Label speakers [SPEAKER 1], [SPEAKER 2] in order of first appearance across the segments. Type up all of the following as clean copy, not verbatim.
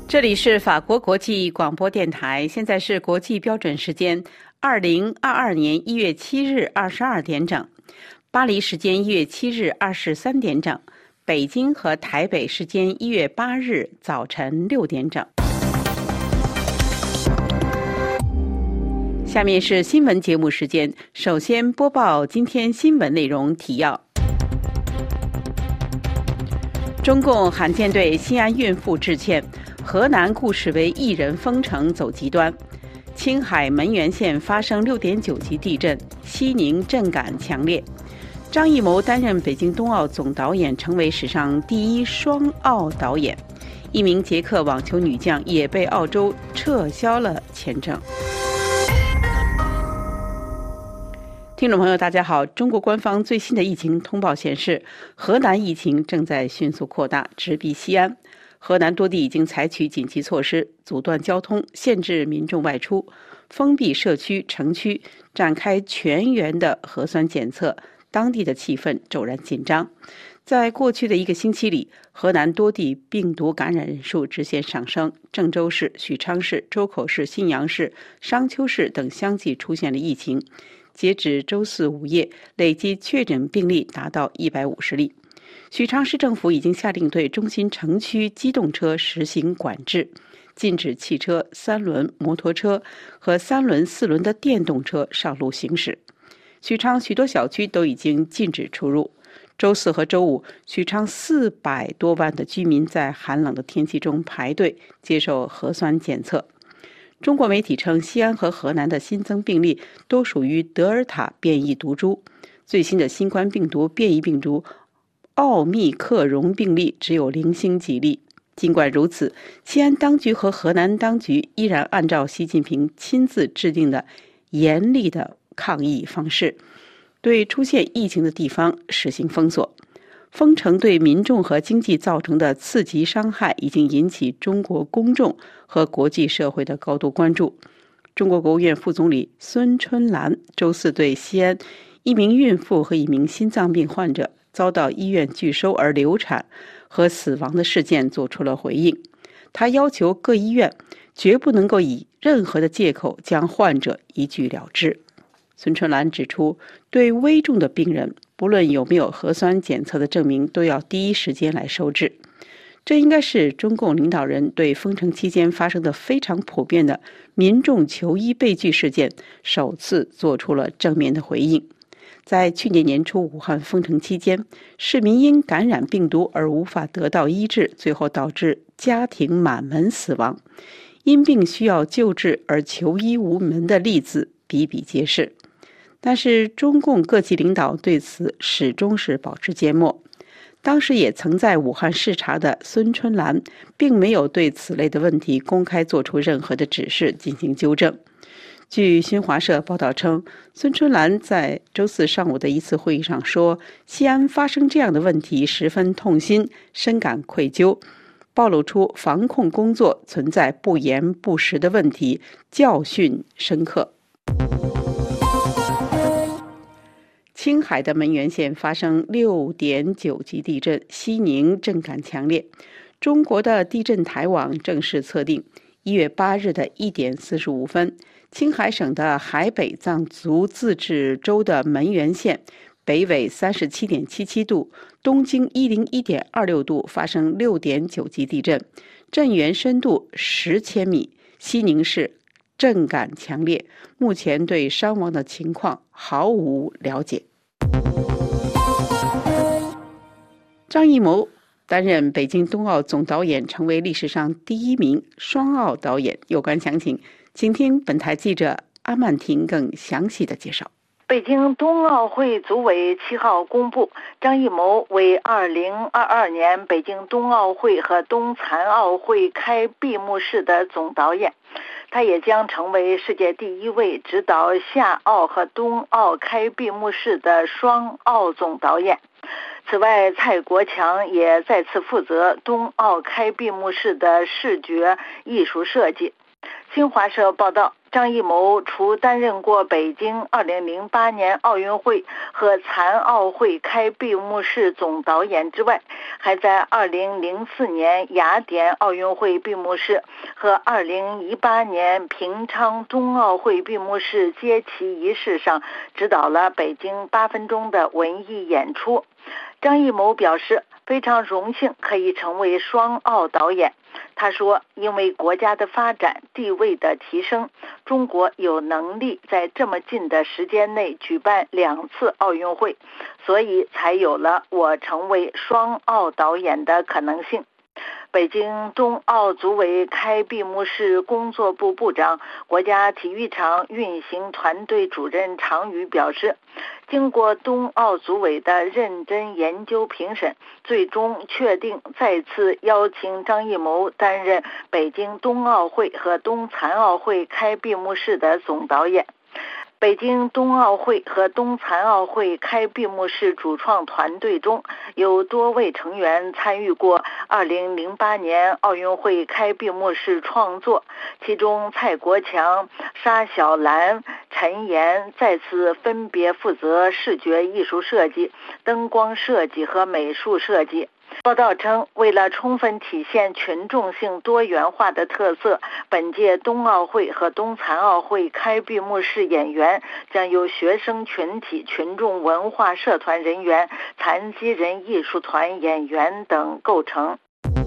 [SPEAKER 1] 这里是法国国际广播电台，现在是国际标准时间2022年1月7日22点整，巴黎时间1月7日23点整，北京和台北时间1月8日早晨6点整。下面是新闻节目时间，首先播报今天新闻内容提要。中共罕见对西安孕妇致歉，河南故视为一人封城走极端。青海沔源县发生6.9级地震，西宁震感强烈。张艺谋担任北京冬奥总导演，成为史上第一双奥导演。一名捷克网球女将也被澳洲撤销了签证。听众朋友大家好，中国官方最新的疫情通报显示，河南疫情正在迅速扩大，直逼西安。河南多地已经采取紧急措施，阻断交通，限制民众外出，封闭社区、城区，展开全员的核酸检测。当地的气氛骤然紧张。在过去的1个星期里，河南多地病毒感染人数直线上升，郑州市、许昌市、周口市、信阳市、商丘市等相继出现了疫情。截止周四午夜，累计确诊病例达到150例。许昌市政府已经下令对中心城区机动车实行管制，禁止汽车、3轮摩托车和3轮、4轮的电动车上路行驶。许昌许多小区都已经禁止出入。周四和周五，许昌400多万的居民在寒冷的天气中排队接受核酸检测。中国媒体称，西安和河南的新增病例都属于德尔塔变异毒株。最新的新冠病毒变异病毒奥密克戎病例只有0星几例。尽管如此，西安当局和河南当局依然按照习近平亲自制定的严厉的抗疫方式，对出现疫情的地方实行封锁。封城对民众和经济造成的次级伤害已经引起中国公众和国际社会的高度关注。中国国务院副总理孙春兰周四对西安一名孕妇和一名心脏病患者遭到医院拒收而流产和死亡的事件做出了回应。他要求各医院绝不能够以任何的借口将患者一拒了之。孙春兰指出，对危重的病人，不论有没有核酸检测的证明，都要第一时间来收治。这应该是中共领导人对封城期间发生的非常普遍的民众求医被拒事件首次做出了正面的回应。在去年年初武汉封城期间，市民因感染病毒而无法得到医治，最后导致家庭满门死亡。因病需要救治而求医无门的例子比比皆是。但是中共各级领导对此始终是保持缄默。当时也曾在武汉视察的孙春兰并没有对此类的问题公开做出任何的指示进行纠正。据新华社报道称，孙春兰在周四上午的一次会议上说，西安发生这样的问题十分痛心，深感愧疚，暴露出防控工作存在不严不实的问题，教训深刻。青海的沔源县发生6.9级地震，西宁震感强烈。中国的地震台网正式测定，1月8日的1点45分，青海省的海北藏族自治州的沔源县北纬37.77度，东经101.26度发生6.9级地震，震源深度10千米，西宁市震感强烈，目前对伤亡的情况毫无了解。张艺谋担任北京冬奥总导演，成为历史上第一名双奥导演。有关详情，请听本台记者阿曼婷更详细的介绍。
[SPEAKER 2] 北京冬奥会组委7号公布，张艺谋为2022年北京冬奥会和冬残奥会开闭幕式的总导演。他也将成为世界第一位指导夏奥和冬奥开闭幕式的双奥总导演。此外，蔡国强也再次负责冬奥开闭幕式的视觉艺术设计。新华社报道， 张艺谋除担任过北京2008年奥运会和残奥会开闭幕式总导演之外，还在2004年雅典奥运会闭幕式和2018年平昌冬奥会闭幕式揭旗仪式上指导了北京8分钟的文艺演出。张艺谋表示非常荣幸可以成为双奥导演。他说，因为国家的发展地位的提升，中国有能力在这么近的时间内举办2次奥运会，所以才有了我成为双奥导演的可能性。北京冬奥组委开闭幕式工作部部长、国家体育场运行团队主任常宇表示，经过冬奥组委的认真研究评审，最终确定再次邀请张艺谋担任北京冬奥会和冬残奥会开闭幕式的总导演。北京冬奥会和冬残奥会开闭幕式主创团队中有多位成员参与过2008年奥运会开闭幕式创作，其中蔡国强、沙小兰、陈岩再次分别负责视觉艺术设计、灯光设计和美术设计。报道称，为了充分体现群众性多元化的特色，本届冬奥会和冬残奥会开闭幕式演员将由学生群体、群众文化社团人员、残疾人艺术团演员等构成。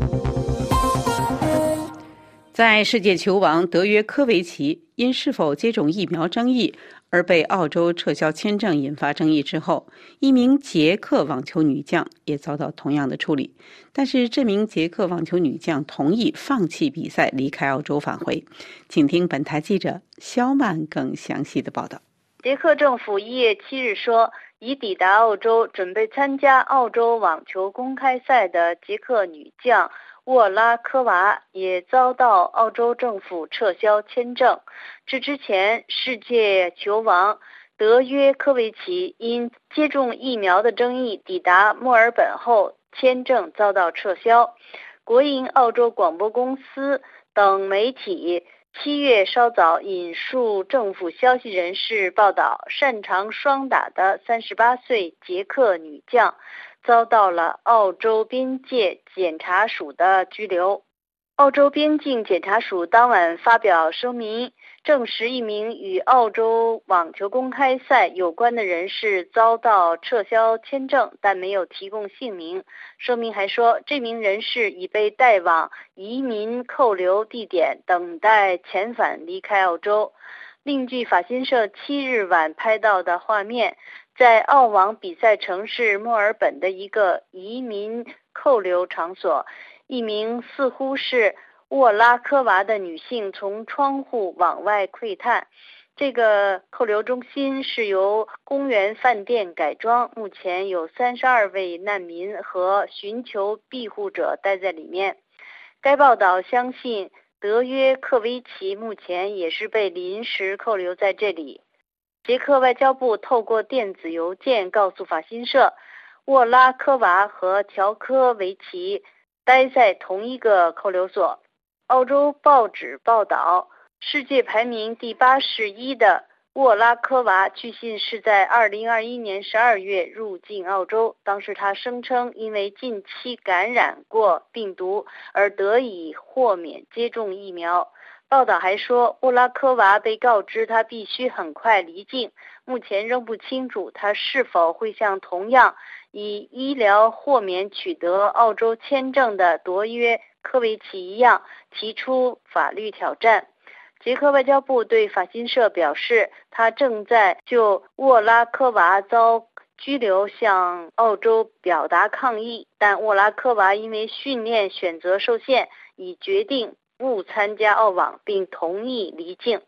[SPEAKER 1] 在世界球王德约科维奇因是否接种疫苗争议而被澳洲撤销签证引发争议之后，一名捷克网球女将也遭到同样的处理。但是这名捷克网球女将同意放弃比赛，离开澳洲返回。请听本台记者肖曼更详细的报道。
[SPEAKER 3] 捷克政府1月7日说，已抵达澳洲准备参加澳洲网球公开赛的捷克女将沃拉科娃也遭到澳洲政府撤销签证。这之前，世界球王德约科维奇因接种疫苗的争议抵达墨尔本后，签证遭到撤销。国营澳洲广播公司等媒体7月稍早引述政府消息人士报道，擅长双打的38岁捷克女将遭到了澳洲边界检查署的拘留。澳洲边境检查署当晚发表声明，证实一名与澳洲网球公开赛有关的人士遭到撤销签证，但没有提供姓名。声明还说，这名人士已被带往移民扣留地点，等待遣返离开澳洲。另据法新社7日晚拍到的画面，在澳网比赛城市墨尔本的一个移民扣留场所，一名似乎是沃拉科娃的女性从窗户往外窥探。这个扣留中心是由公园饭店改装，目前有32位难民和寻求庇护者待在里面。该报道相信德约科维奇目前也是被临时扣留在这里。捷克外交部透过电子邮件告诉法新社，沃拉科娃和乔科维奇待在同一个扣留所。澳洲报纸报道，世界排名第81的沃拉科娃据信是在2021年12月入境澳洲，当时他声称因为近期感染过病毒而得以豁免接种疫苗。报道还说，沃拉科娃被告知他必须很快离境，目前仍不清楚他是否会像同样以医疗豁免取得澳洲签证的德约科维奇一样提出法律挑战。捷克外交部对法新社表示，他正在就沃拉科娃遭拘留向澳洲表达抗议，但沃拉科娃因为训练选择受限，已决定不参加澳网，并同意离境。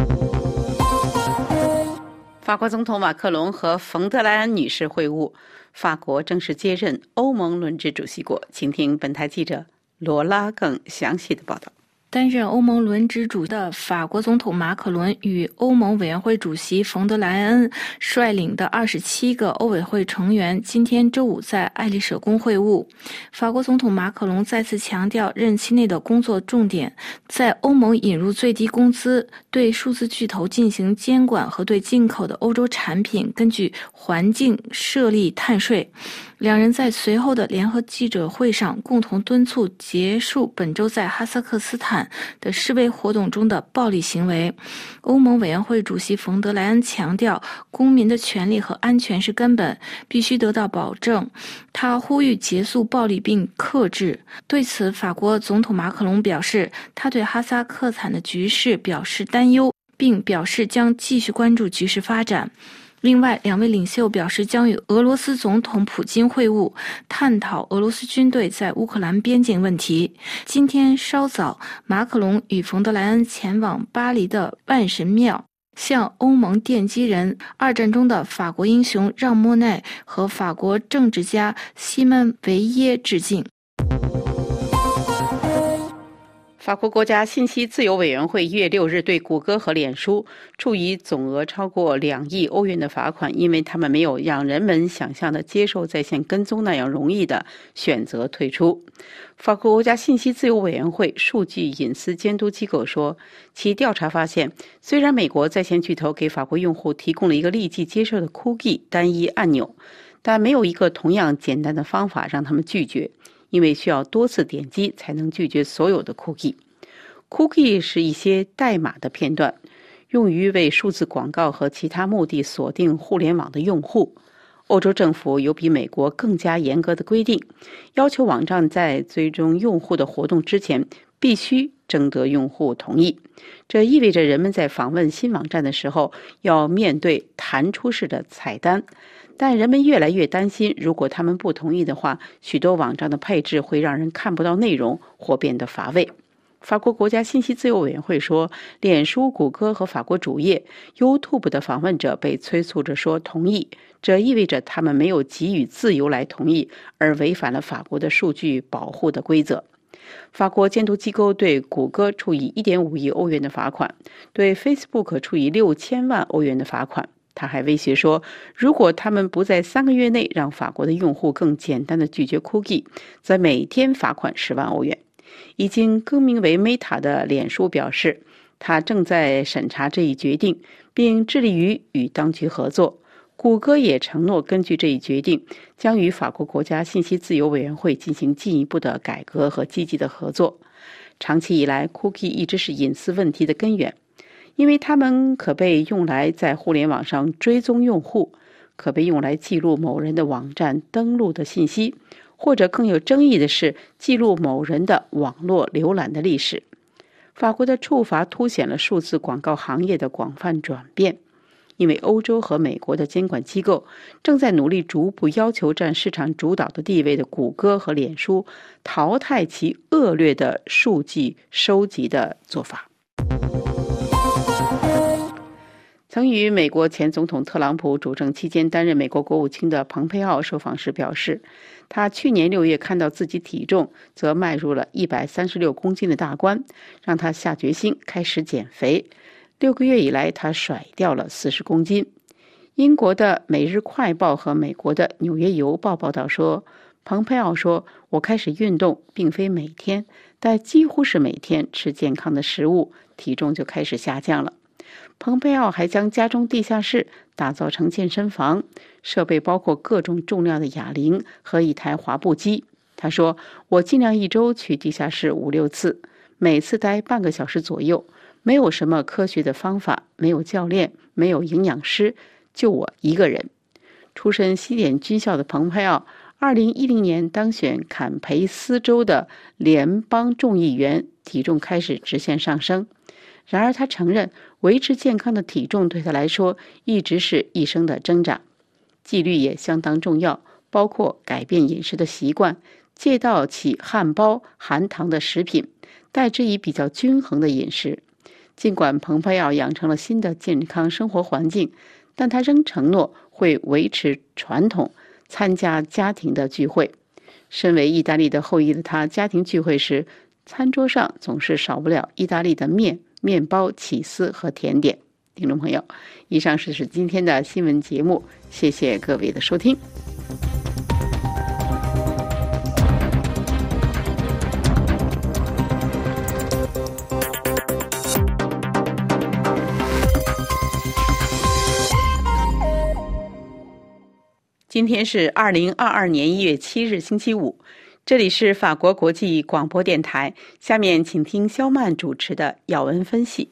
[SPEAKER 1] 法国总统马克龙和冯德莱恩女士会晤，法国正式接任欧盟轮值主席国。请听本台记者罗拉更详细的报道。
[SPEAKER 4] 担任欧盟轮值主席的法国总统马克龙与欧盟委员会主席冯德莱恩率领的27个欧委会成员今天周五在爱丽舍宫会晤。法国总统马克龙再次强调任期内的工作重点，在欧盟引入最低工资，对数字巨头进行监管和对进口的欧洲产品根据环境设立碳税。两人在随后的联合记者会上共同敦促结束本周在哈萨克斯坦的示威活动中的暴力行为。欧盟委员会主席冯德莱恩强调，公民的权利和安全是根本，必须得到保证。他呼吁结束暴力并克制。对此，法国总统马克龙表示，他对哈萨克斯坦的局势表示担忧，并表示将继续关注局势发展。另外，两位领袖表示将与俄罗斯总统普京会晤，探讨俄罗斯军队在乌克兰边境问题。今天稍早，马克龙与冯德莱恩前往巴黎的万神庙，向欧盟奠基人、二战中的法国英雄让·莫奈和法国政治家西门·维耶致敬。
[SPEAKER 1] 法国国家信息自由委员会1月6日对谷歌和脸书处以总额超过2亿欧元的罚款，因为他们没有让人们想象的接受在线跟踪那样容易的选择退出。法国国家信息自由委员会数据隐私监督机构说，其调查发现，虽然美国在线巨头给法国用户提供了一个立即接受的 cookie 单一按钮，但没有一个同样简单的方法让他们拒绝，因为需要多次点击才能拒绝所有的 cookie。Cookie 是一些代码的片段，用于为数字广告和其他目的锁定互联网的用户。欧洲政府有比美国更加严格的规定，要求网站在追踪用户的活动之前必须征得用户同意。这意味着人们在访问新网站的时候要面对弹出式的菜单，但人们越来越担心，如果他们不同意的话，许多网站的配置会让人看不到内容或变得乏味。法国国家信息自由委员会说，脸书、谷歌和法国主页 YouTube 的访问者被催促着说同意，这意味着他们没有给予自由来同意，而违反了法国的数据保护的规则。法国监督机构对谷歌处以 1.5 亿欧元的罚款，对 Facebook 处以6000万欧元的罚款。他还威胁说，如果他们不在3个月内让法国的用户更简单地拒绝 cookie， 则每天罚款10万欧元。已经更名为 Meta 的脸书表示，他正在审查这一决定，并致力于与当局合作。谷歌也承诺根据这一决定，将与法国国家信息自由委员会进行进一步的改革和积极的合作。长期以来 ，cookie 一直是隐私问题的根源，因为它们可被用来在互联网上追踪用户，可被用来记录某人的网站登录的信息，或者更有争议的是，记录某人的网络浏览的历史。法国的处罚凸显了数字广告行业的广泛转变，因为欧洲和美国的监管机构正在努力逐步要求占市场主导的地位的谷歌和脸书淘汰其恶劣的数据收集的做法。曾与美国前总统特朗普主政期间担任美国国务卿的蓬佩奥受访时表示，他去年6月看到自己体重则迈入了136公斤的大关，让他下决心开始减肥。6个月以来，他甩掉了40公斤。英国的《每日快报》和美国的《纽约邮报》报道说，蓬佩奥说，我开始运动并非每天，但几乎是每天吃健康的食物，体重就开始下降了。蓬佩奥还将家中地下室打造成健身房，设备包括各种重量的哑铃和一台滑步机。他说，我尽量一周去地下室5-6次，每次待半个小时左右，没有什么科学的方法，没有教练，没有营养师，就我一个人。出身西点军校的蓬佩奥2010年当选坎培斯州的联邦众议员，体重开始直线上升。然而他承认，维持健康的体重对他来说一直是一生的挣扎。纪律也相当重要，包括改变饮食的习惯，戒掉起汉堡、含糖的食品，代之以比较均衡的饮食。尽管蓬佩奥养成了新的健康生活环境，但他仍承诺会维持传统，参加家庭的聚会。身为意大利的后裔的他，家庭聚会时餐桌上总是少不了意大利的面、面包、起司和甜点。听众朋友，以上是今天的新闻节目，谢谢各位的收听。今天是2022年1月7日星期五，这里是法国国际广播电台，下面请听肖曼主持的要闻分析。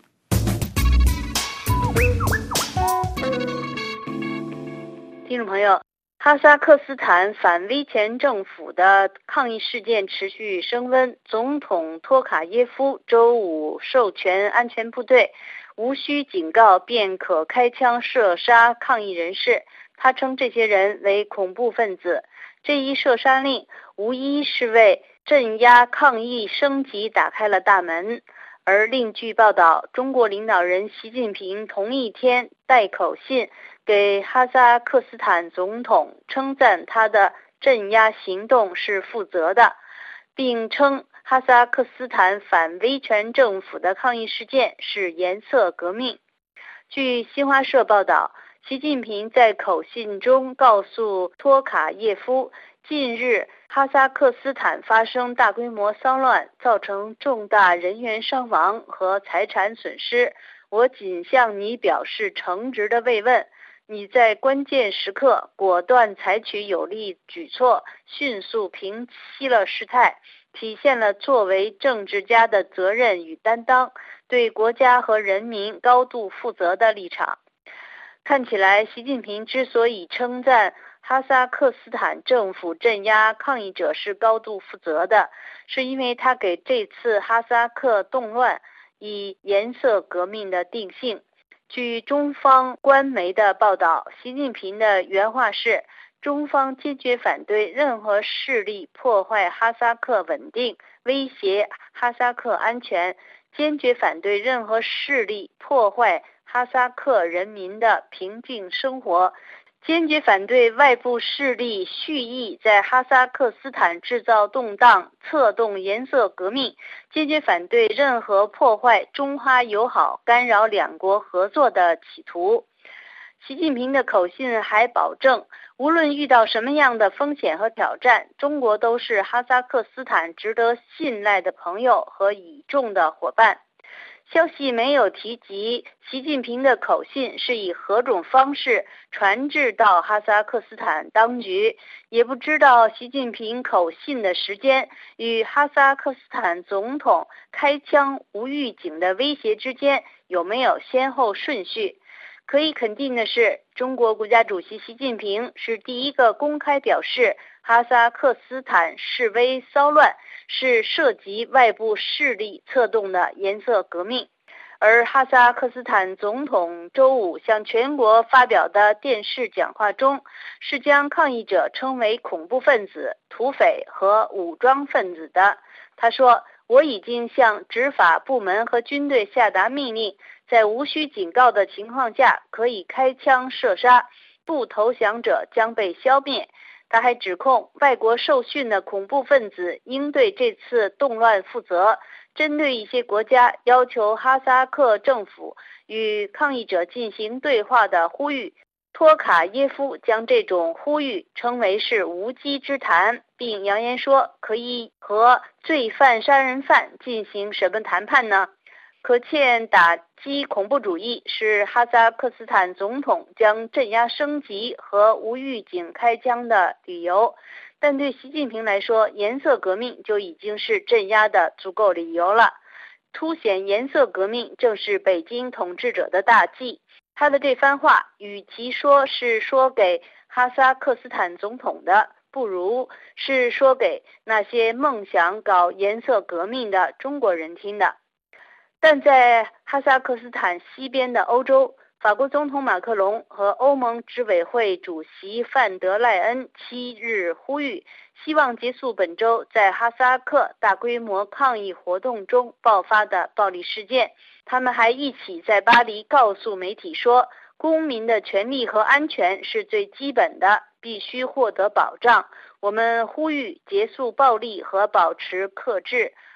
[SPEAKER 3] 听众朋友，哈萨克斯坦反威权政府的抗议事件持续升温，总统托卡耶夫周五授权安全部队无需警告便可开枪射杀抗议人士，他称这些人为恐怖分子。这一射杀令无疑是为镇压抗议升级打开了大门。而另据报道，中国领导人习近平同一天带口信给哈萨克斯坦总统，称赞他的镇压行动是负责的，并称哈萨克斯坦反威权政府的抗议事件是颜色革命。据新华社报道，习近平在口信中告诉托卡耶夫，近日哈萨克斯坦发生大规模骚乱，造成重大人员伤亡和财产损失，我仅向你表示诚挚的慰问。你在关键时刻果断采取有力举措，迅速平息了事态，体现了作为政治家的责任与担当，对国家和人民高度负责的立场。看起来，习近平之所以称赞哈萨克斯坦政府镇压抗议者是高度负责的，是因为他给这次哈萨克动乱以颜色革命的定性。据中方官媒的报道，习近平的原话是：中方坚决反对任何势力破坏哈萨克稳定，威胁哈萨克安全，坚决反对任何势力破坏哈萨克人民的平静生活，坚决反对外部势力蓄意在哈萨克斯坦制造动荡，策动颜色革命，坚决反对任何破坏中哈友好、干扰两国合作的企图。习近平的口信还保证，无论遇到什么样的风险和挑战，中国都是哈萨克斯坦值得信赖的朋友和倚重的伙伴。消息没有提及习近平的口信是以何种方式传至到哈萨克斯坦当局，也不知道习近平口信的时间与哈萨克斯坦总统开枪无预警的威胁之间有没有先后顺序。可以肯定的是，中国国家主席习近平是第一个公开表示哈萨克斯坦示威骚乱是涉及外部势力策动的颜色革命。而哈萨克斯坦总统周五向全国发表的电视讲话中，是将抗议者称为恐怖分子、土匪和武装分子的。他说，我已经向执法部门和军队下达命令，在无需警告的情况下可以开枪射杀，不投降者将被消灭。他还指控外国受训的恐怖分子应对这次动乱负责，针对一些国家要求哈萨克政府与抗议者进行对话的呼吁，托卡耶夫将这种呼吁称为是无稽之谈，并扬言说可以和罪犯杀人犯进行什么谈判呢？可见打击恐怖主义是哈萨克斯坦总统将镇压升级和无预警开枪的理由，但对习近平来说，颜色革命就已经是镇压的足够理由了。凸显颜色革命正是北京统治者的大忌。他的这番话与其说是说给哈萨克斯坦总统的，不如是说给那些梦想搞颜色革命的中国人听的。但在哈萨克斯坦西边的欧洲，法国总统马克龙和欧盟执委会主席范德赖恩7日呼吁，希望结束本周在哈萨克大规模抗议活动中爆发的暴力事件。他们还一起在巴黎告诉媒体说，公民的权利和安全是最基本的，必须获得保障。我们呼吁结束暴力和保持克制。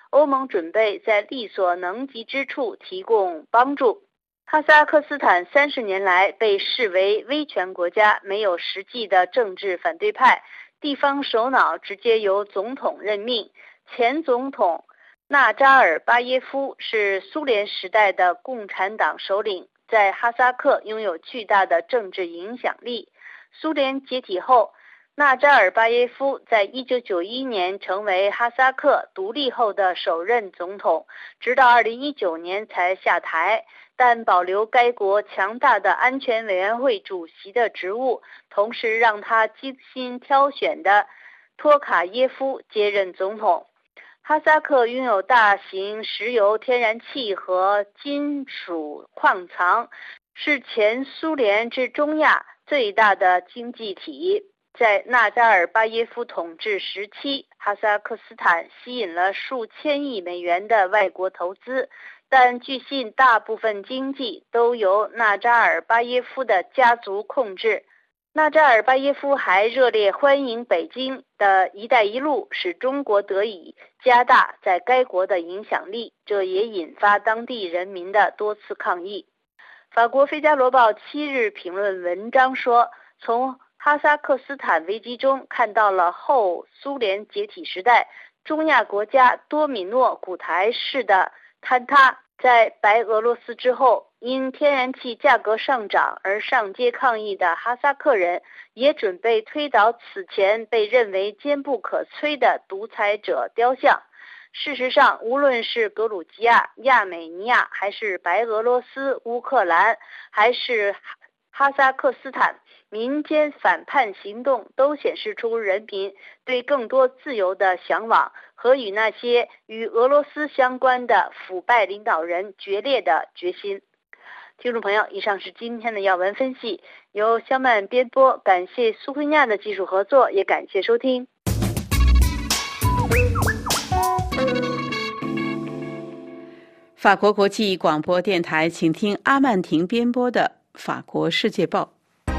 [SPEAKER 3] 欧盟准备在力所能及之处提供帮助。哈萨克斯坦30年来被视为威权国家，没有实际的政治反对派，地方首脑直接由总统任命。前总统纳扎尔巴耶夫是苏联时代的共产党首领，在哈萨克拥有巨大的政治影响力。苏联解体后，纳扎尔巴耶夫在1991年成为哈萨克独立后的首任总统，直到2019年才下台，但保留该国强大的安全委员会主席的职务，同时让他精心挑选的托卡耶夫接任总统。哈萨克拥有大型石油、天然气和金属矿藏，是前苏联至中亚最大的经济体。在纳扎尔巴耶夫统治时期，哈萨克斯坦吸引了数千亿美元的外国投资，但据信大部分经济都由纳扎尔巴耶夫的家族控制。纳扎尔巴耶夫还热烈欢迎北京的一带一路，使中国得以加大在该国的影响力，这也引发当地人民的多次抗议。法国《费加罗报》7日评论文章说，从哈萨克斯坦危机中看到了后苏联解体时代中亚国家多米诺骨牌式的坍塌。在白俄罗斯之后，因天然气价格上涨而上街抗议的哈萨克人也准备推倒此前被认为坚不可摧的独裁者雕像。事实上，无论是格鲁吉亚、亚美尼亚，还是白俄罗斯、乌克兰，还是哈萨克斯坦，民间反叛行动都显示出人民对更多自由的向往和与那些与俄罗斯相关的腐败领导人决裂的决心。听众朋友，以上是今天的要闻分析，由肖曼编播，感谢苏慧亚的技术合作，也感谢收听。
[SPEAKER 1] 法国国际广播电台，请听阿曼婷编播的《法国世界报》。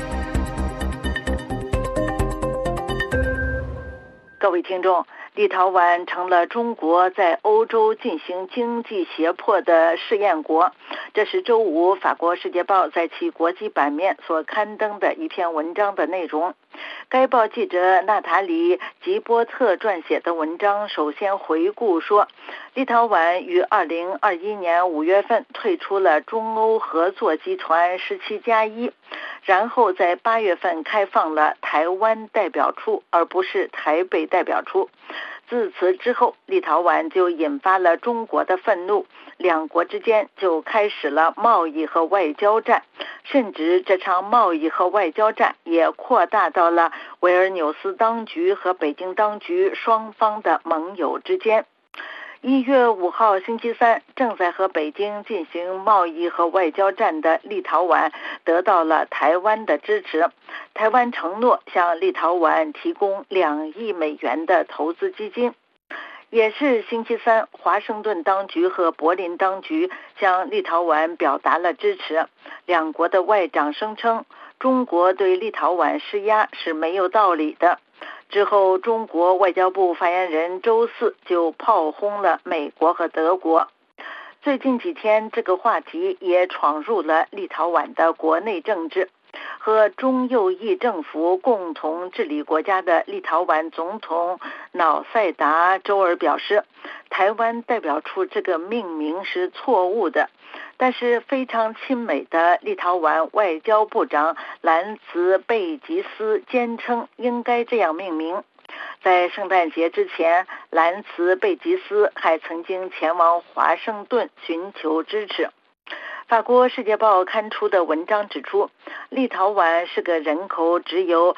[SPEAKER 2] 各位听众，立陶宛成了中国在欧洲进行经济胁迫的试验国。这是周五法国《世界报》在其国际版面所刊登的一篇文章的内容。该报记者娜塔莉·吉波特撰写的文章首先回顾说，立陶宛于2021年5月份退出了中欧合作集团17+1，然后在8月份开放了台湾代表处，而不是台北代表处。自此之后，立陶宛就引发了中国的愤怒，两国之间就开始了贸易和外交战，甚至这场贸易和外交战也扩大到了维尔纽斯当局和北京当局双方的盟友之间。1月5号星期三，正在和北京进行贸易和外交战的立陶宛得到了台湾的支持。台湾承诺向立陶宛提供2亿美元的投资基金。也是星期三，华盛顿当局和柏林当局向立陶宛表达了支持。两国的外长声称，中国对立陶宛施压是没有道理的。之后，中国外交部发言人周四就炮轰了美国和德国。最近几天，这个话题也闯入了立陶宛的国内政治。和中右翼政府共同治理国家的立陶宛总统瑙塞达周二表示，台湾代表处这个命名是错误的，但是非常亲美的立陶宛外交部长兰茨贝吉斯坚称应该这样命名。在圣诞节之前，兰茨贝吉斯还曾经前往华盛顿寻求支持。法国《世界报》刊出的文章指出，立陶宛是个人口只有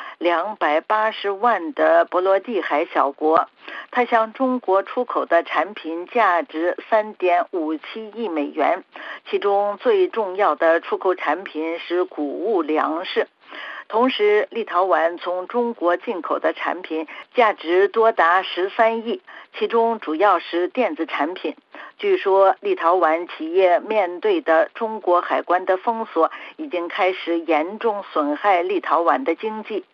[SPEAKER 2] 280万的波罗的海小国，它向中国出口的产品价值3.57亿美元，其中最重要的出口产品是谷物粮食。同时，立陶宛从中国进口的产品价值多达13亿，其中主要是电子产品。据说，立陶宛企业面对的中国海关的封锁已经开始严重损害立陶宛的经济。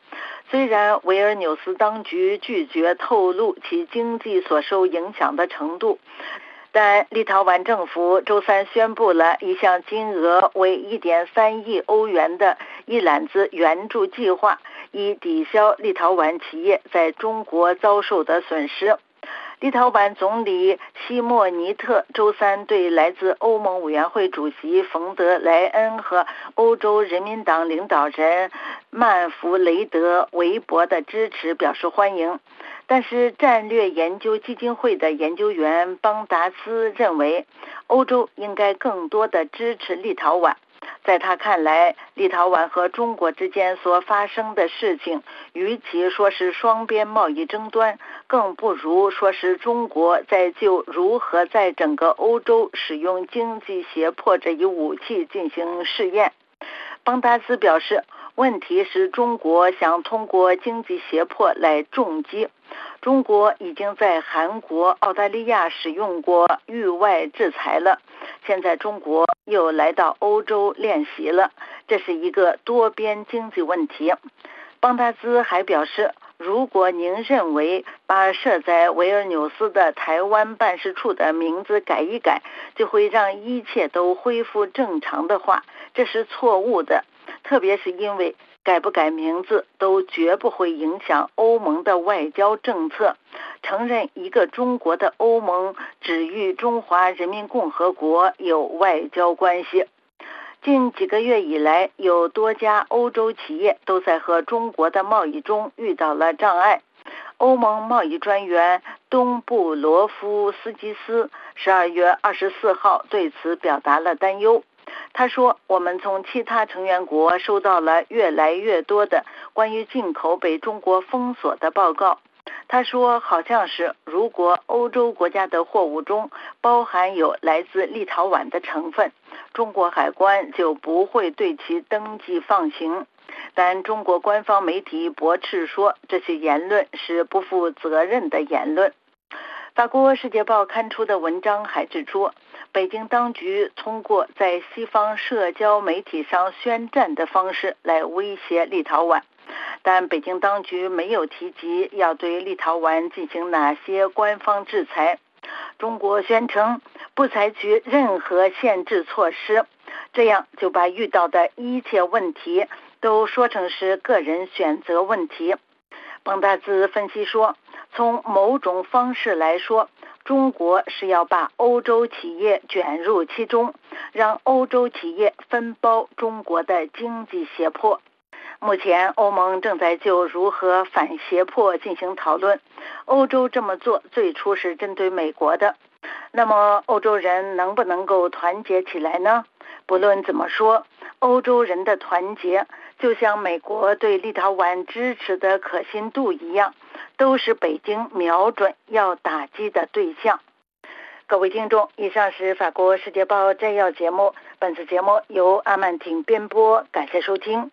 [SPEAKER 2] 虽然维尔纽斯当局拒绝透露其经济所受影响的程度，但立陶宛政府周三宣布了一项金额为 1.3 亿欧元的一揽子援助计划，以抵消立陶宛企业在中国遭受的损失。立陶宛总理西莫尼特周三对来自欧盟委员会主席冯德莱恩和欧洲人民党领导人曼弗雷德韦伯的支持表示欢迎，但是战略研究基金会的研究员邦达斯认为，欧洲应该更多地支持立陶宛。在他看来，立陶宛和中国之间所发生的事情，与其说是双边贸易争端，更不如说是中国在就如何在整个欧洲使用经济胁迫这一武器进行试验。邦达斯表示，问题是中国想通过经济胁迫来重击。中国已经在韩国、澳大利亚使用过域外制裁了，现在中国又来到欧洲练习了，这是一个多边经济问题。邦达兹还表示，如果您认为把设在维尔纽斯的台湾办事处的名字改一改，就会让一切都恢复正常的话，这是错误的，特别是因为改不改名字都绝不会影响欧盟的外交政策。承认一个中国的欧盟只与中华人民共和国有外交关系。近几个月以来，有多家欧洲企业都在和中国的贸易中遇到了障碍。欧盟贸易专员东布罗夫斯基斯12月24号对此表达了担忧。他说，我们从其他成员国收到了越来越多的关于进口被中国封锁的报告。他说，好像是如果欧洲国家的货物中包含有来自立陶宛的成分，中国海关就不会对其登记放行。但中国官方媒体驳斥说，这些言论是不负责任的言论。法国《世界报》刊出的文章还指出，北京当局通过在西方社交媒体上宣战的方式来威胁立陶宛，但北京当局没有提及要对立陶宛进行哪些官方制裁。中国宣称不采取任何限制措施，这样就把遇到的一切问题都说成是个人选择问题。邦达兹分析说，从某种方式来说，中国是要把欧洲企业卷入其中，让欧洲企业分包中国的经济胁迫。目前欧盟正在就如何反胁迫进行讨论。欧洲这么做最初是针对美国的，那么欧洲人能不能够团结起来呢？不论怎么说，欧洲人的团结就像美国对立陶宛支持的可信度一样，都是北京瞄准要打击的对象。各位听众，以上是法国《世界报》摘要节目，本次节目由阿曼婷编播，感谢收听。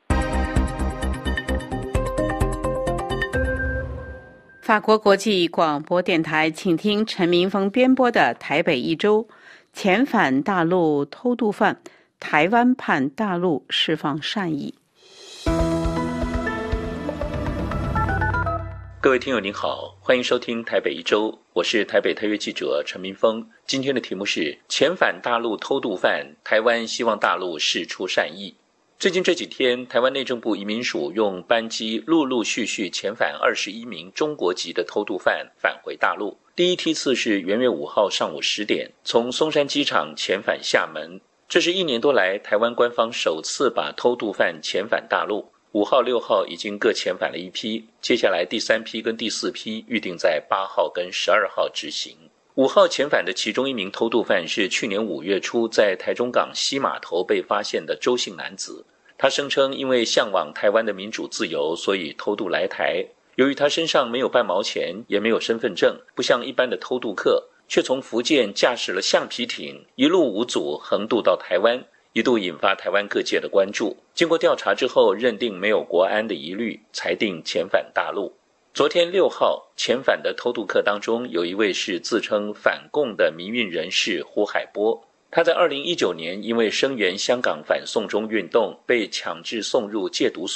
[SPEAKER 1] 法国国际广播电台，请听陈明峰编播的台北一周。遣返大陆偷渡犯，台湾盼大陆释放善意。
[SPEAKER 5] 各位听友您好，欢迎收听台北一周，我是台北特约记者陈明峰。今天的题目是遣返大陆偷渡犯，台湾希望大陆释出善意。最近这几天，台湾内政部移民署用班机陆陆续续遣返21名中国籍的偷渡犯返回大陆。第一梯次是元月5号上午10点，从松山机场遣返厦门。这是1年多来台湾官方首次把偷渡犯遣返大陆。5号、6号已经各遣返了一批，接下来第3批跟第4批预定在8号跟12号执行。5号遣返的其中一名偷渡犯是去年5月初在台中港西码头被发现的周姓男子。他声称因为向往台湾的民主自由，所以偷渡来台。由于他身上没有半毛钱，也没有身份证，不像一般的偷渡客，却从福建驾驶了橡皮艇一路无阻横渡到台湾，一度引发台湾各界的关注。经过调查之后，认定没有国安的疑虑，裁定遣返大陆。昨天6号遣返的偷渡客当中，有一位是自称反共的民运人士胡海波。他在2019年因为声援香港反送中运动被强制送入戒毒所，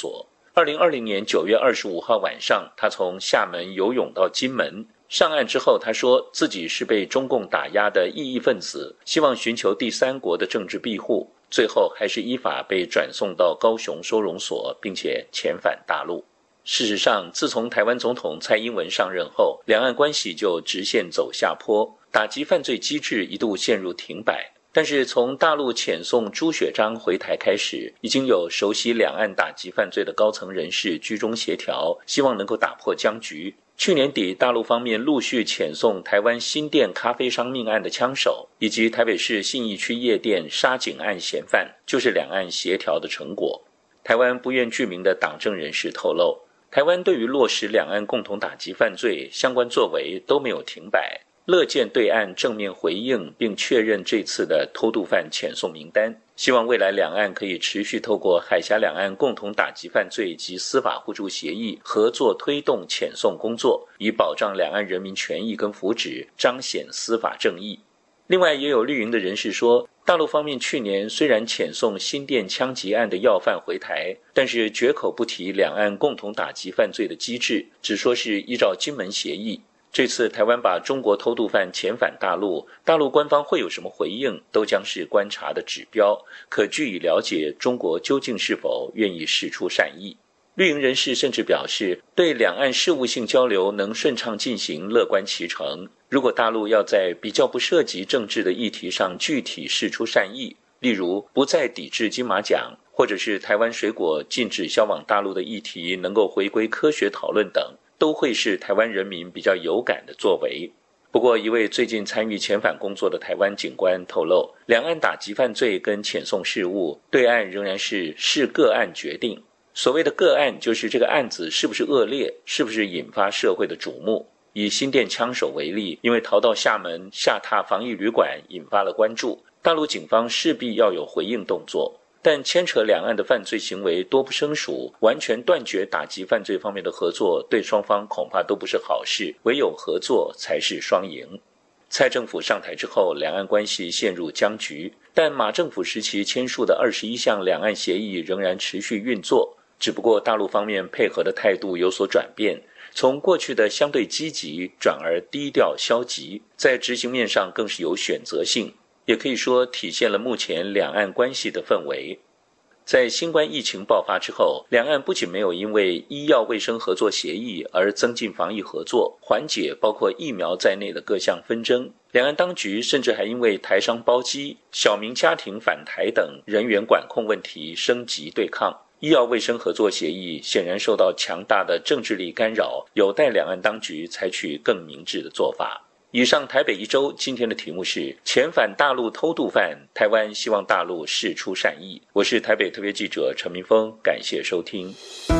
[SPEAKER 5] 2020年9月25号晚上，他从厦门游泳到金门。上岸之后，他说自己是被中共打压的异议分子，希望寻求第三国的政治庇护，最后还是依法被转送到高雄收容所，并且遣返大陆。事实上，自从台湾总统蔡英文上任后，两岸关系就直线走下坡，打击犯罪机制一度陷入停摆。但是从大陆遣送朱雪璋回台开始，已经有熟悉两岸打击犯罪的高层人士居中协调，希望能够打破僵局。去年底，大陆方面陆续遣送台湾新店咖啡商命案的枪手，以及台北市信义区夜店杀警案嫌犯，就是两岸协调的成果。台湾不愿具名的党政人士透露，台湾对于落实两岸共同打击犯罪相关作为都没有停摆，乐见对岸正面回应并确认这次的偷渡犯遣送名单，希望未来两岸可以持续透过海峡两岸共同打击犯罪及司法互助协议合作推动遣送工作，以保障两岸人民权益跟福祉，彰显司法正义。另外，也有绿营的人士说，大陆方面去年虽然遣送新店枪击案的要犯回台，但是绝口不提两岸共同打击犯罪的机制，只说是依照金门协议。这次台湾把中国偷渡犯遣返大陆，大陆官方会有什么回应，都将是观察的指标，可据以了解中国究竟是否愿意释出善意。绿营人士甚至表示，对两岸事务性交流能顺畅进行乐观其成。如果大陆要在比较不涉及政治的议题上具体释出善意，例如不再抵制金马奖，或者是台湾水果禁止销往大陆的议题能够回归科学讨论等，都会是台湾人民比较有感的作为。不过，一位最近参与遣返工作的台湾警官透露，两岸打击犯罪跟遣送事务，对岸仍然是视个案决定。所谓的个案，就是这个案子是不是恶劣，是不是引发社会的瞩目。以新店枪手为例，因为逃到厦门下榻防疫旅馆引发了关注，大陆警方势必要有回应动作。但牵扯两岸的犯罪行为多不胜数，完全断绝打击犯罪方面的合作，对双方恐怕都不是好事，唯有合作才是双赢。蔡政府上台之后，两岸关系陷入僵局，但马政府时期签署的21项两岸协议仍然持续运作，只不过大陆方面配合的态度有所转变，从过去的相对积极转而低调消极，在执行面上更是有选择性，也可以说体现了目前两岸关系的氛围。在新冠疫情爆发之后，两岸不仅没有因为医药卫生合作协议而增进防疫合作，缓解包括疫苗在内的各项纷争，两岸当局甚至还因为台商包机、小民家庭返台等人员管控问题升级对抗。医药卫生合作协议显然受到强大的政治力干扰，有待两岸当局采取更明智的做法。以上台北一周今天的题目是遣返大陆偷渡犯，台湾希望大陆释出善意。我是台北特别记者陈明峰，感谢收听。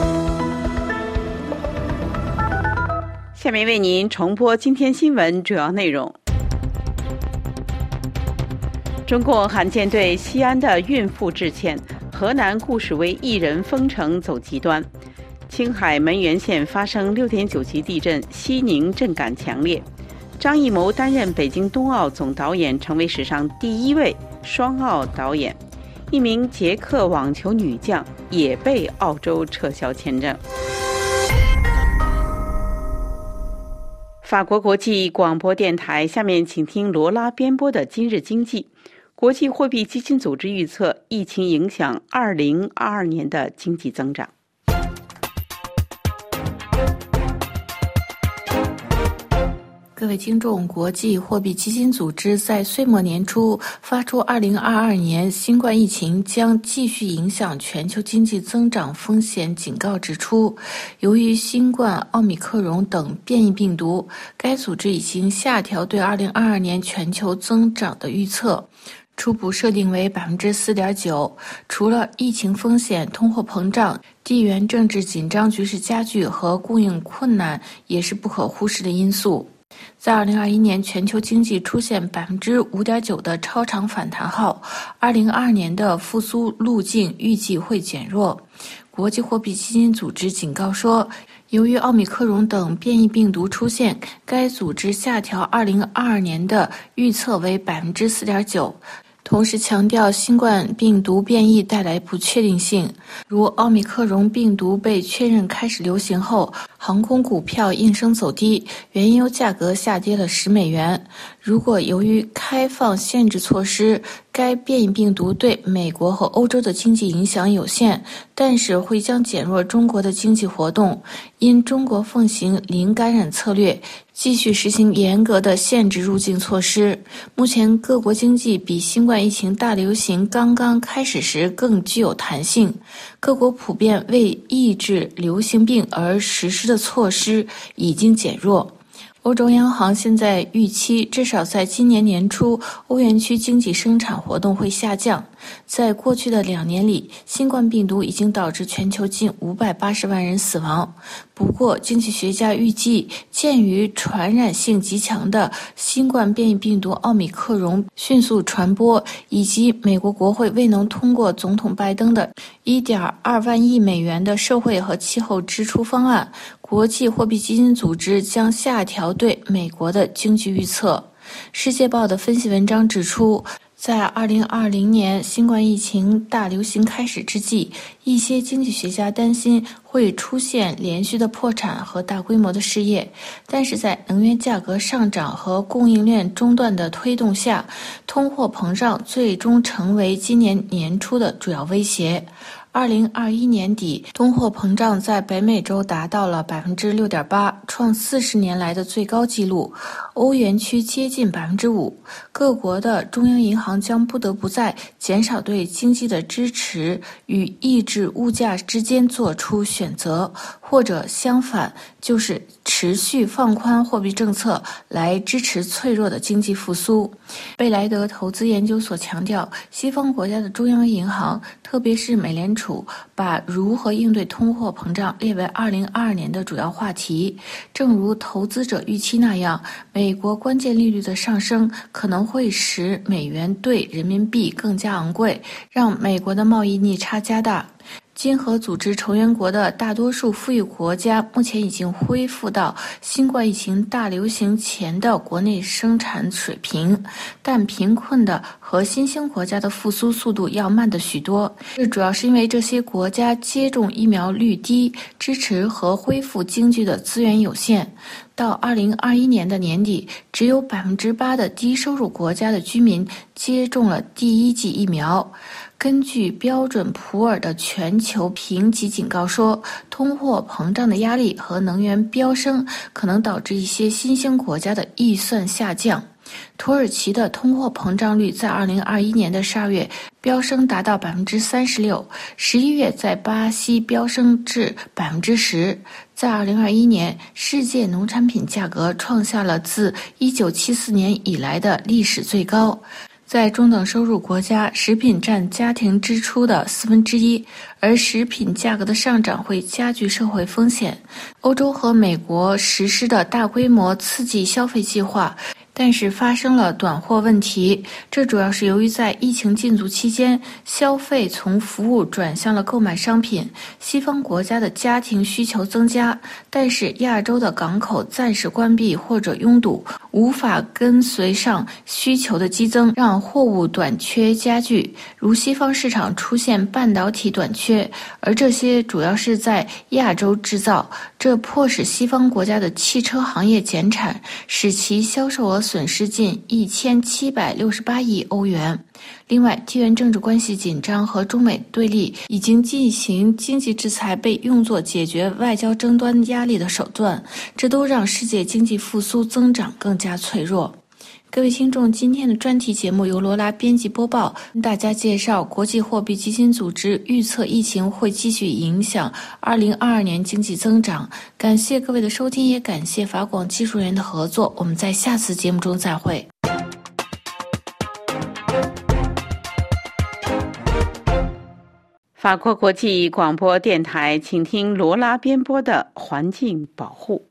[SPEAKER 1] 下面为您重播今天新闻主要内容。中共罕见对西安的孕妇致歉，河南固始为一人封城走极端。青海门源县发生6.9级地震，西宁震感强烈。张艺谋担任北京冬奥总导演，成为史上第一位双奥导演。一名捷克网球女将也被澳洲撤销签证。法国国际广播电台，下面请听罗拉编播的今日经济。国际货币基金组织预测，疫情影响2022年的经济增长。
[SPEAKER 4] 各位听众，国际货币基金组织在岁末年初发出2022年新冠疫情将继续影响全球经济增长风险警告，指出，由于新冠、奥密克戎等变异病毒，该组织已经下调对2022年全球增长的预测，初步设定为 4.9%。 除了疫情风险、通货膨胀、地缘政治紧张局势加剧和供应困难也是不可忽视的因素。在2021年全球经济出现 5.9% 的超长反弹后，2022年的复苏路径预计会减弱。国际货币基金组织警告说，由于奥密克戎等变异病毒出现，该组织下调2022年的预测为 4.9%。 同时强调新冠病毒变异带来不确定性，如奥密克戎病毒被确认开始流行后，航空股票应声走低，原油价格下跌了$10。如果由于开放限制措施，该变异病毒对美国和欧洲的经济影响有限，但是会将减弱中国的经济活动。因中国奉行零感染策略，继续实行严格的限制入境措施。目前各国经济比新冠疫情大流行刚刚开始时更具有弹性，各国普遍为抑制流行病而实施的措施已经减弱。欧洲央行现在预期，至少在今年年初，欧元区经济生产活动会下降。在过去的2年里，新冠病毒已经导致全球近580万人死亡。不过，经济学家预计，鉴于传染性极强的新冠变异病毒奥密克戎迅速传播，以及美国国会未能通过总统拜登的1.2万亿美元的社会和气候支出方案，国际货币基金组织将下调对美国的经济预测。世界报的分析文章指出，在2020年新冠疫情大流行开始之际，一些经济学家担心会出现连续的破产和大规模的失业，但是在能源价格上涨和供应链中断的推动下，通货膨胀最终成为今年年初的主要威胁。2021年底，通货膨胀在北美洲达到了 6.8%， 创40年来的最高纪录，欧元区接近 5%。 各国的中央银行将不得不在减少对经济的支持与抑制物价之间做出选择，或者相反，就是持续放宽货币政策来支持脆弱的经济复苏。贝莱德投资研究所强调，西方国家的中央银行，特别是美联储，把如何应对通货膨胀列为2022年的主要话题。正如投资者预期那样，美国关键利率的上升可能会使美元兑人民币更加昂贵，让美国的贸易逆差加大。经合组织成员国的大多数富裕国家目前已经恢复到新冠疫情大流行前的国内生产水平，但贫困的和新兴国家的复苏速度要慢得许多。这主要是因为这些国家接种疫苗率低，支持和恢复经济的资源有限。到2021年的年底，只有 8% 的低收入国家的居民接种了第1剂疫苗。根据标准普尔的全球评级警告说，通货膨胀的压力和能源飙升可能导致一些新兴国家的预算下降。土耳其的通货膨胀率在2021年的12月飙升达到 36%，11月在巴西飙升至 10%。在2021年，世界农产品价格创下了自1974年以来的历史最高。在中等收入国家，食品占家庭支出的1/4，而食品价格的上涨会加剧社会风险。欧洲和美国实施的大规模刺激消费计划，但是发生了短货问题，这主要是由于在疫情禁足期间，消费从服务转向了购买商品，西方国家的家庭需求增加，但是亚洲的港口暂时关闭或者拥堵，无法跟随上需求的激增，让货物短缺加剧，如西方市场出现半导体短缺，而这些主要是在亚洲制造，这迫使西方国家的汽车行业减产，使其销售额损失近1768亿欧元。另外，地缘政治关系紧张和中美对立已经进行经济制裁被用作解决外交争端压力的手段，这都让世界经济复苏增长更加脆弱。各位听众，今天的专题节目由罗拉编辑播报，跟大家介绍国际货币基金组织预测疫情会继续影响2022年经济增长。感谢各位的收听，也感谢法广技术人员的合作，我们在下次节目中再会。
[SPEAKER 1] 法国国际广播电台，请听罗拉编播的环境保护。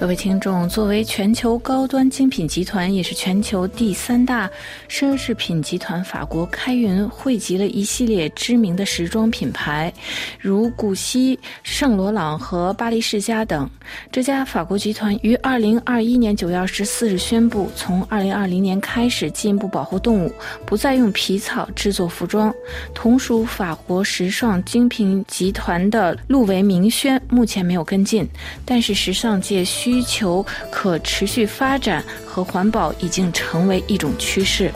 [SPEAKER 4] 各位听众，作为全球高端精品集团，也是全球第3大奢侈品集团，法国开云汇集了一系列知名的时装品牌，如古希、圣罗朗和巴黎世家等。这家法国集团于2021年9月24日宣布，从2020年开始进一步保护动物，不再用皮草制作服装。同属法国时尚精品集团的路维明轩目前没有跟进，但是时尚界需求可持续发展和环保已经成为一种趋势。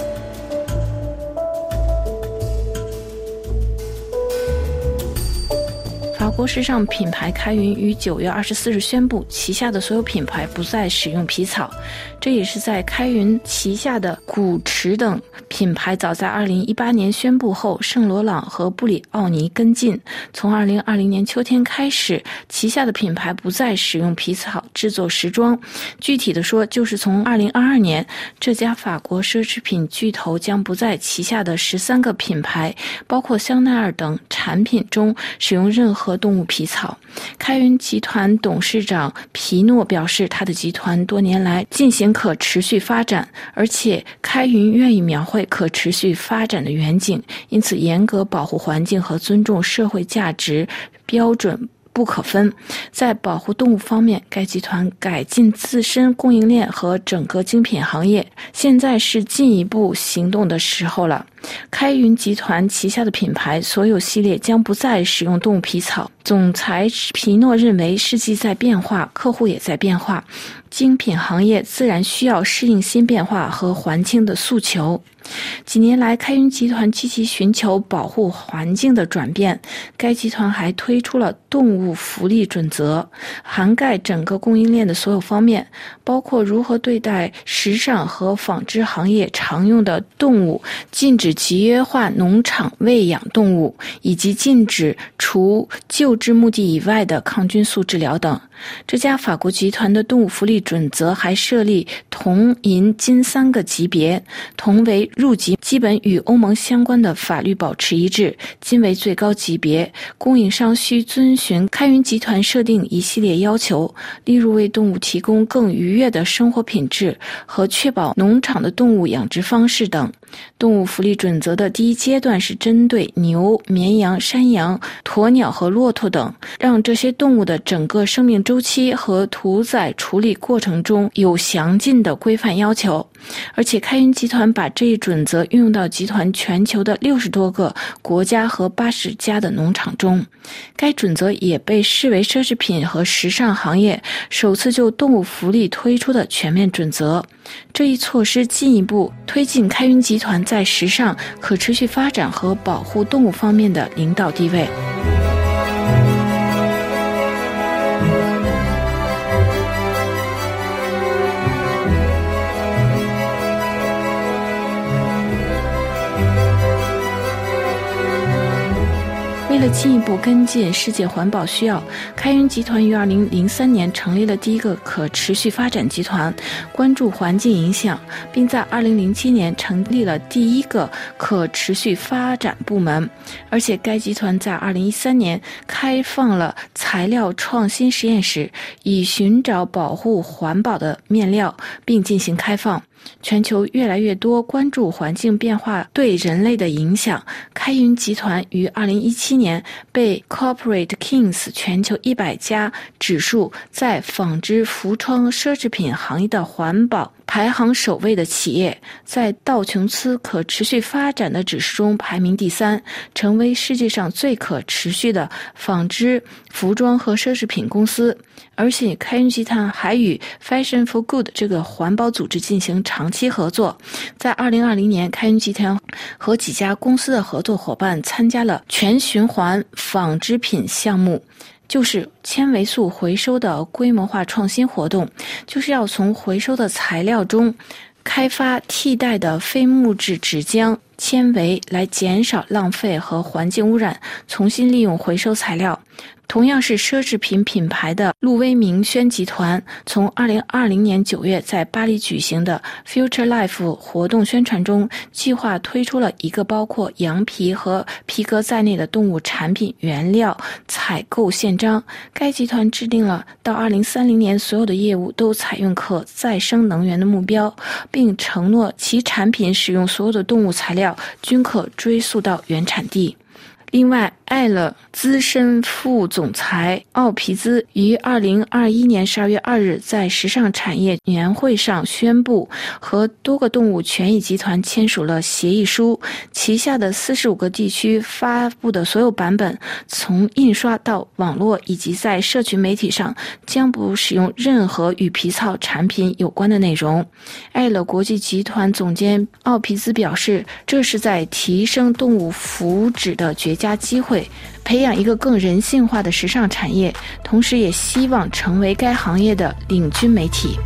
[SPEAKER 4] 法国时尚品牌开云于9月24日宣布，旗下的所有品牌不再使用皮草。这也是在开云旗下的古驰等品牌早在2018年宣布后，圣罗朗和布里奥尼跟进。从2020年秋天开始，旗下的品牌不再使用皮草制作时装。具体的说，就是从2022年，这家法国奢侈品巨头将不在旗下的13个品牌，包括香奈儿等产品中使用任何动物皮草。开云集团董事长皮诺表示，他的集团多年来进行可持续发展，而且开云愿意描绘可持续发展的远景，因此严格保护环境和尊重社会价值标准不可分。在保护动物方面，该集团改进自身供应链和整个精品行业，现在是进一步行动的时候了。开云集团旗下的品牌所有系列将不再使用动物皮草。总裁皮诺认为，世纪在变化，客户也在变化，精品行业自然需要适应新变化和环境的诉求。几年来，开云集团积极寻求保护环境的转变。该集团还推出了动物福利准则，涵盖整个供应链的所有方面，包括如何对待时尚和纺织行业常用的动物，禁止集约化农场喂养动物，以及禁止除救治目的以外的抗菌素治疗等。这家法国集团的动物福利准则还设立铜、银、金3个级别，铜为入籍，基本与欧盟相关的法律保持一致；金为最高级别，供应商需遵循开云集团设定一系列要求，例如为动物提供更愉悦的生活品质和确保农场的动物养殖方式等。动物福利准则的第一阶段是针对牛、绵羊、山羊、鸵鸟和骆驼等，让这些动物的整个生命周期和屠宰处理过程中有详尽的规范要求。而且开云集团把这一准则运用到集团全球的60多个国家和80家的农场中。该准则也被视为奢侈品和时尚行业首次就动物福利推出的全面准则。这一措施进一步推进开云集团在时尚、可持续发展和保护动物方面的领导地位。为了进一步跟进世界环保需要，开云集团于2003年成立了第一个可持续发展集团，关注环境影响，并在2007年成立了第一个可持续发展部门。而且该集团在2013年开放了材料创新实验室，以寻找保护环保的面料，并进行开放。全球越来越多关注环境变化对人类的影响。开云集团于2017年被 Corporate Kings 全球100家指数在纺织、服装、奢侈品行业的环保排行首位的企业，在道琼斯可持续发展的指数中排名第3，成为世界上最可持续的纺织、服装和奢侈品公司。而且开云集团还与 Fashion for Good 这个环保组织进行长期合作。在2020年，开云集团和几家公司的合作伙伴参加了全循环纺织品项目，就是纤维素回收的规模化创新活动，就是要从回收的材料中开发替代的非木质纸浆、纤维来减少浪费和环境污染，重新利用回收材料。同样是奢侈品品牌的路威明轩集团，从2020年9月在巴黎举行的 Future Life 活动宣传中，计划推出了一个包括羊皮和皮革在内的动物产品原料采购宪章。该集团制定了到2030年所有的业务都采用可再生能源的目标，并承诺其产品使用所有的动物材料均可追溯到原产地。另外，爱乐资深副总裁奥皮兹于2021年12月2日在时尚产业年会上宣布，和多个动物权益集团签署了协议书，旗下的45个地区发布的所有版本，从印刷到网络以及在社群媒体上，将不使用任何与皮草产品有关的内容。爱乐国际集团总监奥皮兹表示，这是在提升动物福祉的绝佳机会，培养一个更人性化的时尚产业，同时也希望成为该行业的领军媒体。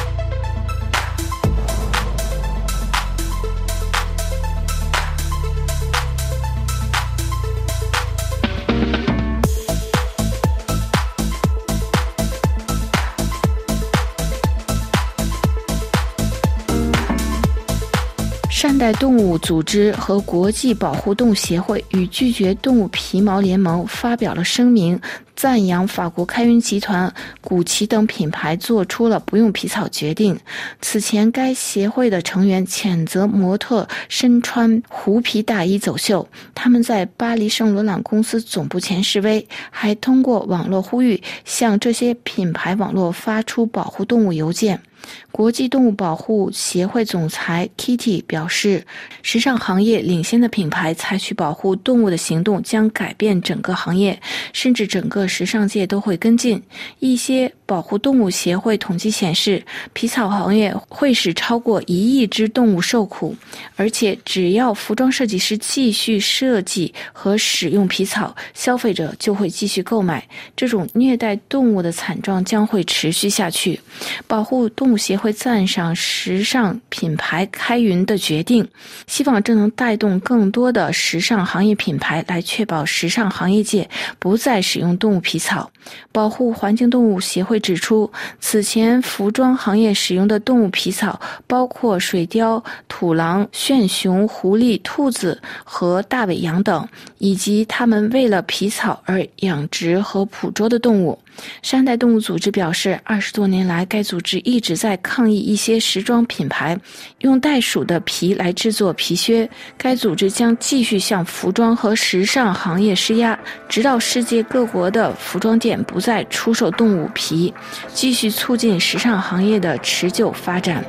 [SPEAKER 4] 善待动物组织和国际保护动物协会与拒绝动物皮毛联盟发表了声明，赞扬法国开云集团、古奇等品牌做出了不用皮草决定。此前，该协会的成员谴责模特身穿狐皮大衣走秀，他们在巴黎圣罗朗公司总部前示威，还通过网络呼吁向这些品牌网络发出保护动物邮件。国际动物保护协会总裁 Kitty 表示，时尚行业领先的品牌采取保护动物的行动将改变整个行业，甚至整个时尚界都会跟进。一些保护动物协会统计显示，皮草行业会使超过1亿只动物受苦，而且只要服装设计师继续设计和使用皮草，消费者就会继续购买。这种虐待动物的惨状将会持续下去。保护动物协会赞赏时尚品牌开云的决定，希望这能带动更多的时尚行业品牌来确保时尚行业界不再使用动物皮草。保护环境动物协会指出，此前服装行业使用的动物皮草包括水貂、土狼、炫熊、狐狸、兔子和大尾羊等，以及它们为了皮草而养殖和捕捉的动物。善待动物组织表示，20多年来，该组织一直在抗议一些时装品牌用袋鼠的皮来制作皮靴。该组织将继续向服装和时尚行业施压，直到世界各国的服装店不再出售动物皮，继续促进时尚行业的持久发展。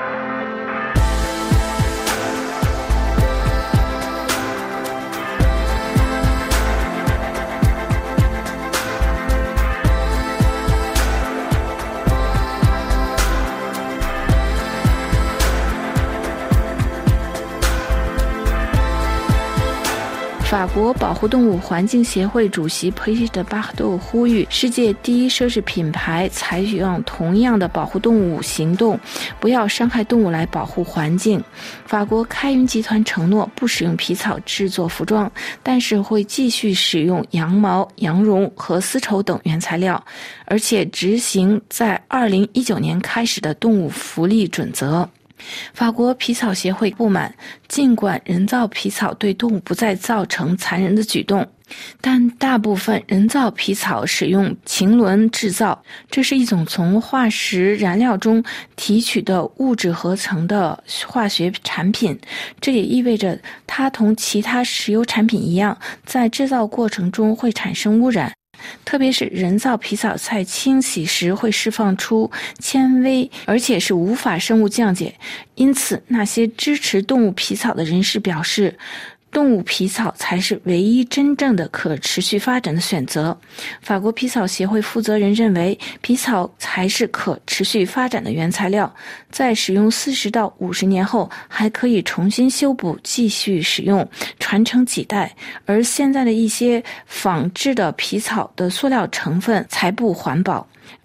[SPEAKER 4] 法国保护动物环境协会主席佩西德巴杜呼吁世界第一奢侈品牌采取同样的保护动物行动，不要伤害动物来保护环境。法国开云集团承诺不使用皮草制作服装，但是会继续使用羊毛、羊绒和丝绸等原材料，而且执行在2019年开始的动物福利准则。法国皮草协会不满，尽管人造皮草对动物不再造成残忍的举动，但大部分人造皮草使用腈纶制造，这是一种从化石燃料中提取的物质合成的化学产品。这也意味着它同其他石油产品一样，在制造过程中会产生污染。特别是人造皮草在清洗时会释放出纤维，而且是无法生物降解。因此，那些支持动物皮草的人士表示，动物皮草才是唯一真正的可持续发展的选择。法国皮草协会负责人认为，皮草才是可持续发展的原材料，在使用40到50年后还可以重新修补，继续使用，传承几代。而现在的一些仿制的皮草的塑料成分才不环保。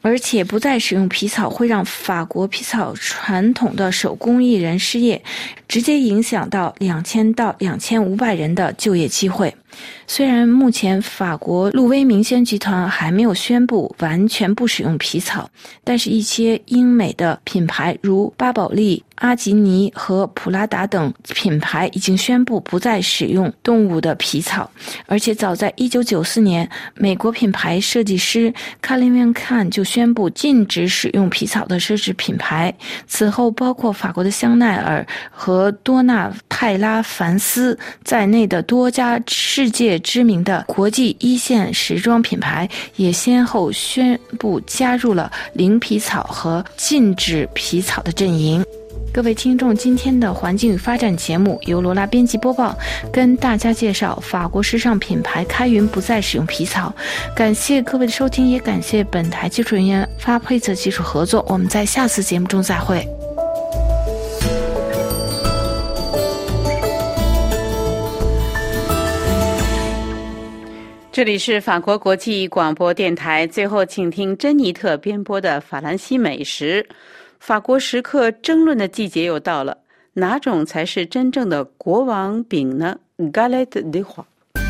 [SPEAKER 4] 而且不再使用皮草会让法国皮草传统的手工艺人失业，直接影响到2000到2500人的就业机会。虽然目前法国路威明轩集团还没有宣布完全不使用皮草，但是一些英美的品牌如巴宝莉、阿吉尼和普拉达等品牌已经宣布不再使用动物的皮草。而且早在1994年，美国品牌设计师卡林文坎就宣布禁止使用皮草的奢侈品牌。此后包括法国的香奈儿和多纳泰拉凡斯在内的多家世界知名的国际一线时装品牌也先后宣布加入了零皮草和禁止皮草的阵营。各位听众，今天的环境与发展节目由罗拉编辑播报，跟大家介绍法国时尚品牌开云不再使用皮草。感谢各位的收听，也感谢本台技术人员发配的技术合作。我们在下次节目中再会。
[SPEAKER 1] 这里是法国国际广播电台，最后请听珍妮特编播的法兰西美食。法国食客争论的季节又到了，哪种才是真正的国王饼呢？ Galette des Rois。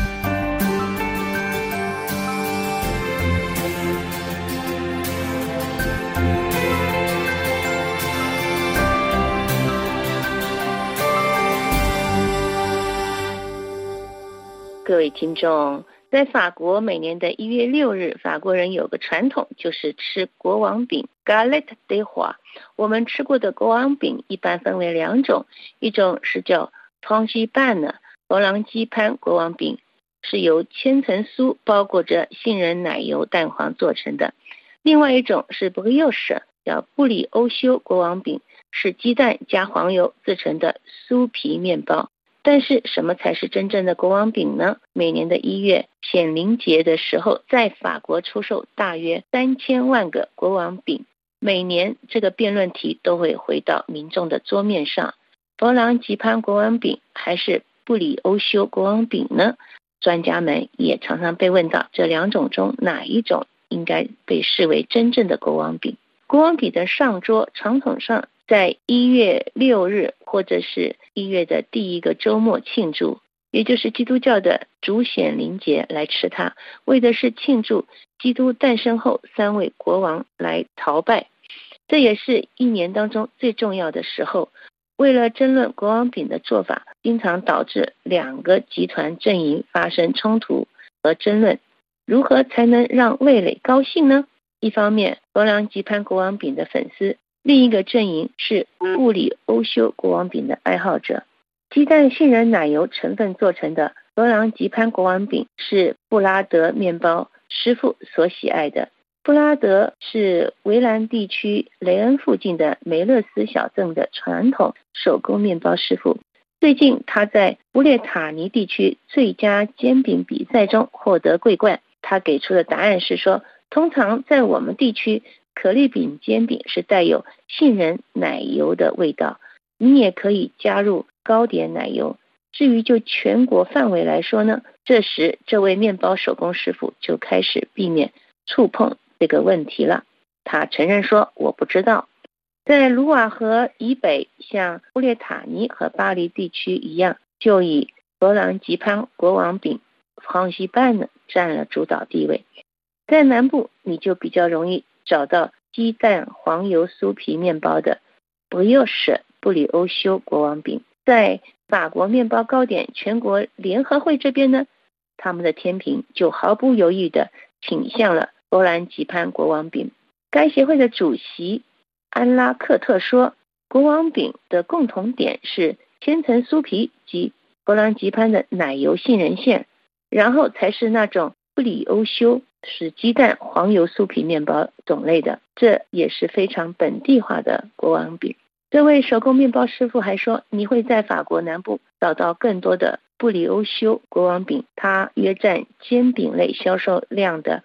[SPEAKER 6] 各位听众，在法国每年的1月6日，法国人有个传统，就是吃国王饼 Galette des Rois。 我们吃过的国王饼一般分为2种，一种是叫 Frangipane 佛朗基潘国王饼，是由千层酥包裹着杏仁奶油蛋黄做成的；另外一种是 Brioche 叫布里欧修国王饼，是鸡蛋加黄油制成的酥皮面包。但是什么才是真正的国王饼呢？每年的1月显灵节的时候，在法国出售大约3000万个国王饼。每年这个辩论题都会回到民众的桌面上，佛朗基潘国王饼还是布里欧修国王饼呢？专家们也常常被问到这2种中哪一种应该被视为真正的国王饼。国王饼的上桌传统上在1月6日或者是1月的第一个周末庆祝，也就是基督教的主显灵节来吃它，为的是庆祝基督诞生后3位国王来朝拜。这也是一年当中最重要的时候。为了争论国王饼的做法，经常导致2个集团阵营发生冲突和争论，如何才能让味蕾高兴呢？一方面佛朗基潘国王饼的粉丝，另一个阵营是布里欧修国王饼的爱好者。鸡蛋杏仁奶油成分做成的佛朗基潘国王饼是布拉德面包师傅所喜爱的。布拉德是维兰地区雷恩附近的梅勒斯小镇的传统手工面包师傅。最近他在布列塔尼地区最佳煎饼比赛中获得桂冠。他给出的答案是说，通常在我们地区可丽饼煎饼是带有杏仁奶油的味道，你也可以加入糕点奶油。至于就全国范围来说呢，这时这位面包手工师傅就开始避免触碰这个问题了。他承认说，我不知道。在卢瓦河以北，像布列塔尼和巴黎地区一样，就以佛朗基潘国王饼 Frangipane 占了主导地位。在南部，你就比较容易找到鸡蛋黄油酥皮面包的 Brioche 布里欧修国王饼。在法国面包糕点全国联合会这边呢，他们的天平就毫不犹豫地倾向了佛朗基潘国王饼。该协会的主席安拉克特说，国王饼的共同点是千层酥皮及佛朗基潘的奶油杏仁馅，然后才是那种布里欧修是鸡蛋黄油酥皮面包种类的，这也是非常本地化的国王饼。这位手工面包师傅还说，你会在法国南部找到更多的布里欧修国王饼，它约占煎饼类销售量的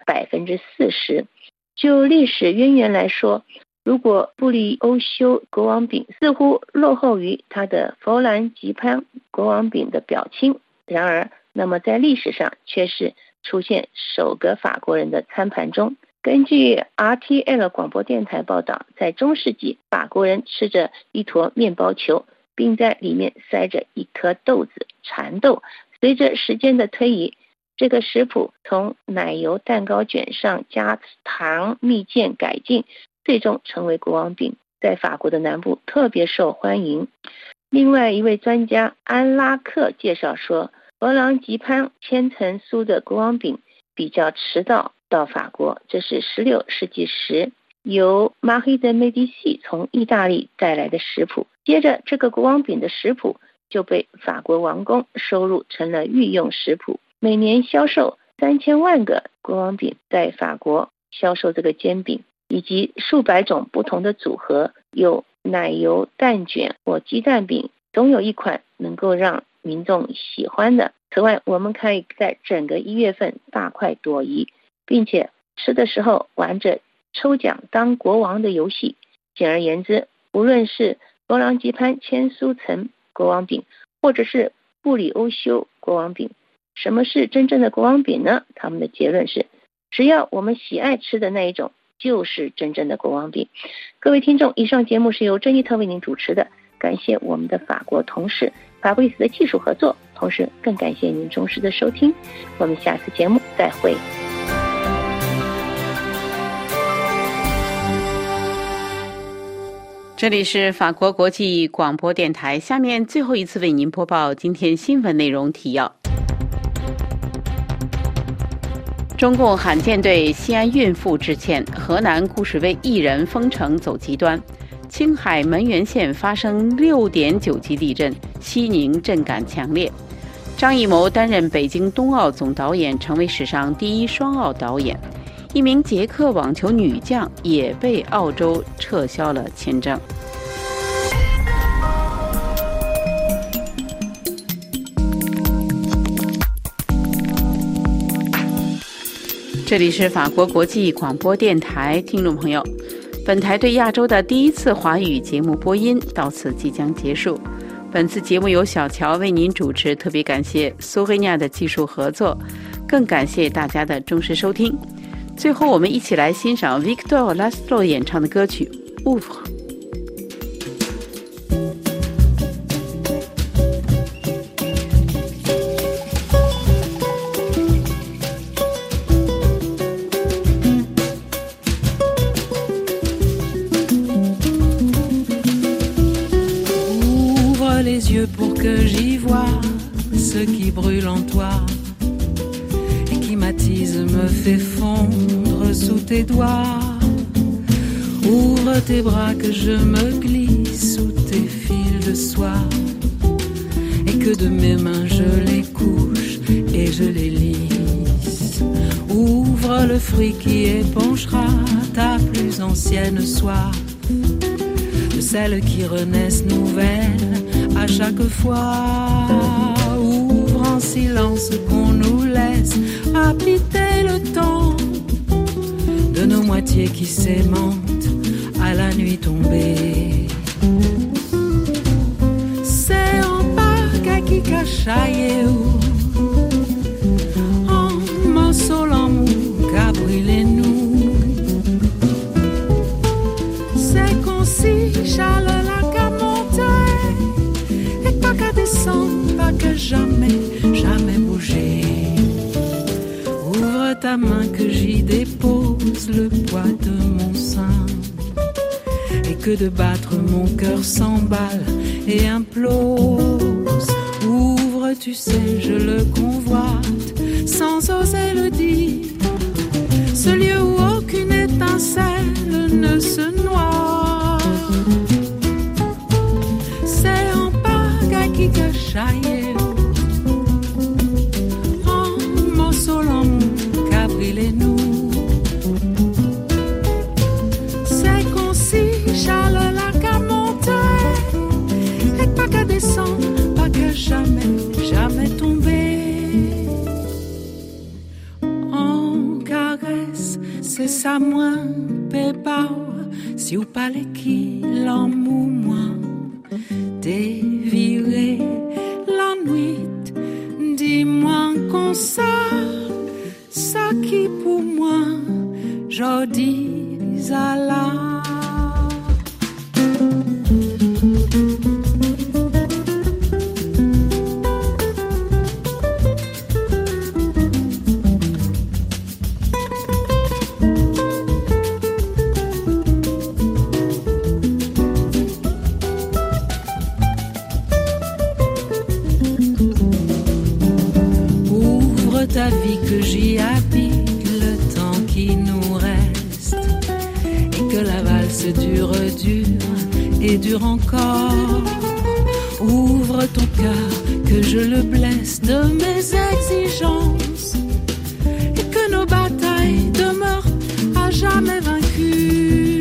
[SPEAKER 6] 40%。 就历史渊源来说，如果布里欧修国王饼似乎落后于它的佛朗基潘国王饼的表亲，然而那么在历史上却是出现首个法国人的餐盘中根据 RTL 广播电台报道，在中世纪，法国人吃着一坨面包球，并在里面塞着一颗豆子，蚕豆。随着时间的推移，这个食谱从奶油蛋糕卷上加糖蜜饯改进，最终成为国王饼，在法国的南部特别受欢迎。另外一位专家安拉克介绍说，荷兰吉潘千层酥的国王饼比较迟到法国，这是16世纪时由 Marie de Médicis 从意大利带来的食谱。接着这个国王饼的食谱就被法国王宫收录成了御用食谱，每年销售3000万个国王饼。在法国销售这个煎饼以及数百种不同的组合，有奶油蛋卷或鸡蛋饼，总有一款能够让民众喜欢的。此外，我们可以在整个1月份大快朵颐，并且吃的时候玩着抽奖当国王的游戏。简而言之，无论是罗朗吉潘千酥层国王饼，或者是布里欧修国王饼，什么是真正的国王饼呢？他们的结论是，只要我们喜爱吃的那一种，就是真正的国王饼。各位听众，以上节目是由珍妮特为您主持的，感谢我们的法国同事法布里斯的技术合作，同时更感谢您忠实的收听。我们下次节目再会。
[SPEAKER 1] 这里是法国国际广播电台，下面最后一次为您播报今天新闻内容提要。中共罕见对西安孕妇致歉，河南固始为一人封城走极端，青海门源县发生6.9级地震，西宁震感强烈。张艺谋担任北京冬奥总导演，成为史上第一双奥导演。一名捷克网球女将也被澳洲撤销了签证。这里是法国国际广播电台，听众朋友，本台对亚洲的第一次华语节目播音到此即将结束。本次节目由小乔为您主持，特别感谢苏黑亚的技术合作，更感谢大家的忠实收听。最后，我们一起来欣赏 Victor Laszlo 演唱的歌曲《Ouvre》。
[SPEAKER 7] Ouvre les yeux pour que j'y voie ce qui brûle en toi. Me fait fondre sous tes doigts. Ouvre tes bras que je me glisse sous tes fils de soie, et que de mes mains je les couche et je les lisse. Ouvre le fruit qui épanchera ta plus ancienne soif, de celles qui renaissent nouvelles à chaque fois. Ouvre en silence qu'on nous laisse habiter le temps de nos moitiés qui s'aimantent à la nuit tombée. C'est en pagaki cachailleu, en morceau l'amour qu'a brûlé nous. C'est qu'on s'y chale la qu'a monté, et pas qu'à descendre, pas que jamais, jamais bouger. Ouvre ta main que j'y dépose le poids de mon sein, et que de battre mon cœur s'emballe et implose. Ouvre, tu sais, je le convoite sans oser le dire, ce lieu où aucune étincelle ne se noie. C'est en pagaki cachaillé, nous. C'est qu'on s'y chale la qu'à monter, et pas qu'à descendre, pas qu'à jamais, jamais tomber. En caresse, c'est ça moins pépao, si ou pas les qui l'amour moins déviré la nuit, dis-moi qu'on ça qui pour moi, j'aurais que j'y habite le temps qui nous reste, et que la valse dure et dure encore. Ouvre ton cœur, que je le blesse de mes exigences, et que nos batailles demeurent à jamais vaincues.